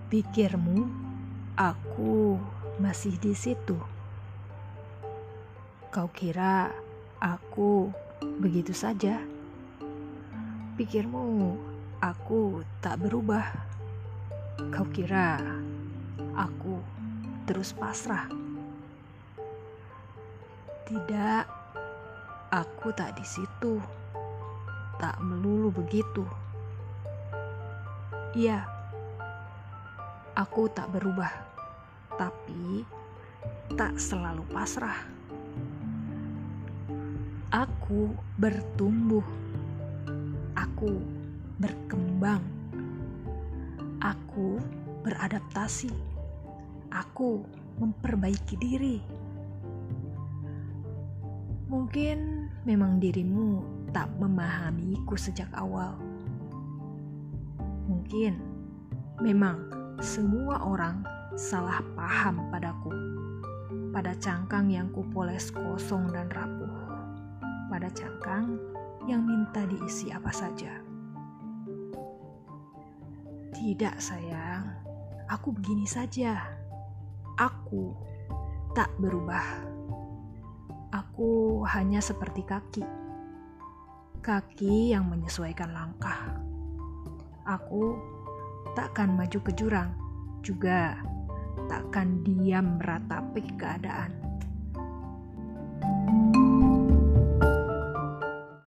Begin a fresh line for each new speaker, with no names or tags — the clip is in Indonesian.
Pikirmu, aku masih di situ. Kau kira aku begitu saja? Pikirmu, aku tak berubah. Kau kira aku terus pasrah? Tidak, aku tak di situ. Tak melulu begitu. Iya, aku tak berubah, tapi tak selalu pasrah. Aku bertumbuh, aku berkembang, aku beradaptasi, aku memperbaiki diri. Mungkin memang dirimu tak memahamiku sejak awal. Mungkin memang semua orang salah paham padaku, pada cangkang yang kupoles kosong dan rapuh, pada cangkang yang minta diisi apa saja. Tidak sayang, aku begini saja. Aku tak berubah. Aku hanya seperti kaki yang menyesuaikan langkah. Aku takkan maju ke jurang, juga takkan diam meratapi keadaan.